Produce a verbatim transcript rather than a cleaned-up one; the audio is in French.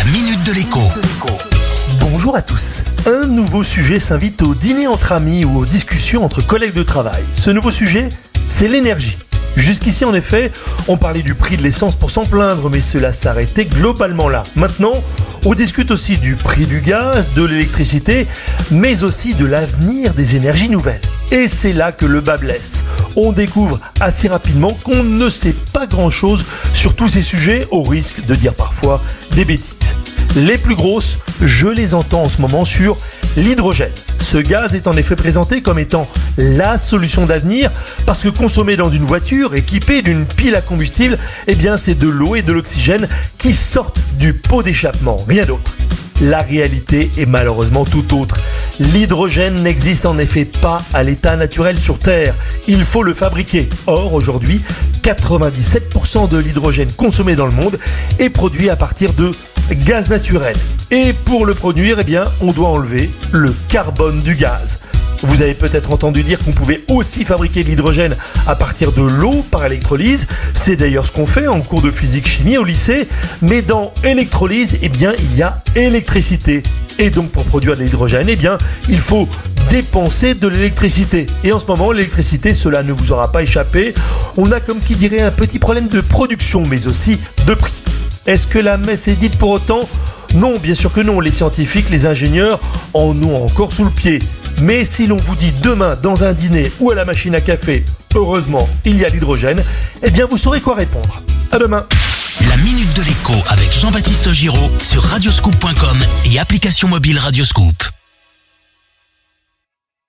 Minute de l'Écho. Bonjour à tous. Un nouveau sujet s'invite au dîner entre amis ou aux discussions entre collègues de travail. Ce nouveau sujet, c'est l'énergie. Jusqu'ici, en effet, on parlait du prix de l'essence pour s'en plaindre, mais cela s'arrêtait globalement là. Maintenant, on discute aussi du prix du gaz, de l'électricité, mais aussi de l'avenir des énergies nouvelles. Et c'est là que le bas blesse. On découvre assez rapidement qu'on ne sait pas grand-chose sur tous ces sujets, au risque de dire parfois des bêtises. Les plus grosses, je les entends en ce moment sur l'hydrogène. Ce gaz est en effet présenté comme étant la solution d'avenir parce que consommé dans une voiture équipée d'une pile à combustible, eh bien c'est de l'eau et de l'oxygène qui sortent du pot d'échappement, rien d'autre. La réalité est malheureusement tout autre. L'hydrogène n'existe en effet pas à l'état naturel sur Terre. Il faut le fabriquer. Or, aujourd'hui, quatre-vingt-dix-sept pour cent de l'hydrogène consommé dans le monde est produit à partir de gaz naturel. Et pour le produire, eh bien, on doit enlever le carbone du gaz. Vous avez peut-être entendu dire qu'on pouvait aussi fabriquer de l'hydrogène à partir de l'eau par électrolyse. C'est d'ailleurs ce qu'on fait en cours de physique-chimie au lycée. Mais dans électrolyse, eh bien, il y a électricité. Et donc pour produire de l'hydrogène, eh bien, il faut dépenser de l'électricité. Et en ce moment, l'électricité, cela ne vous aura pas échappé. On a, comme qui dirait, un petit problème de production, mais aussi de prix. Est-ce que la messe est dite pour autant ? Non, bien sûr que non. Les scientifiques, les ingénieurs en ont encore sous le pied. Mais si l'on vous dit demain, dans un dîner ou à la machine à café, heureusement, il y a l'hydrogène, eh bien vous saurez quoi répondre. À demain. La Minute de l'Écho avec Jean-Baptiste Giraud sur radioscoop point com et application mobile Radioscoop.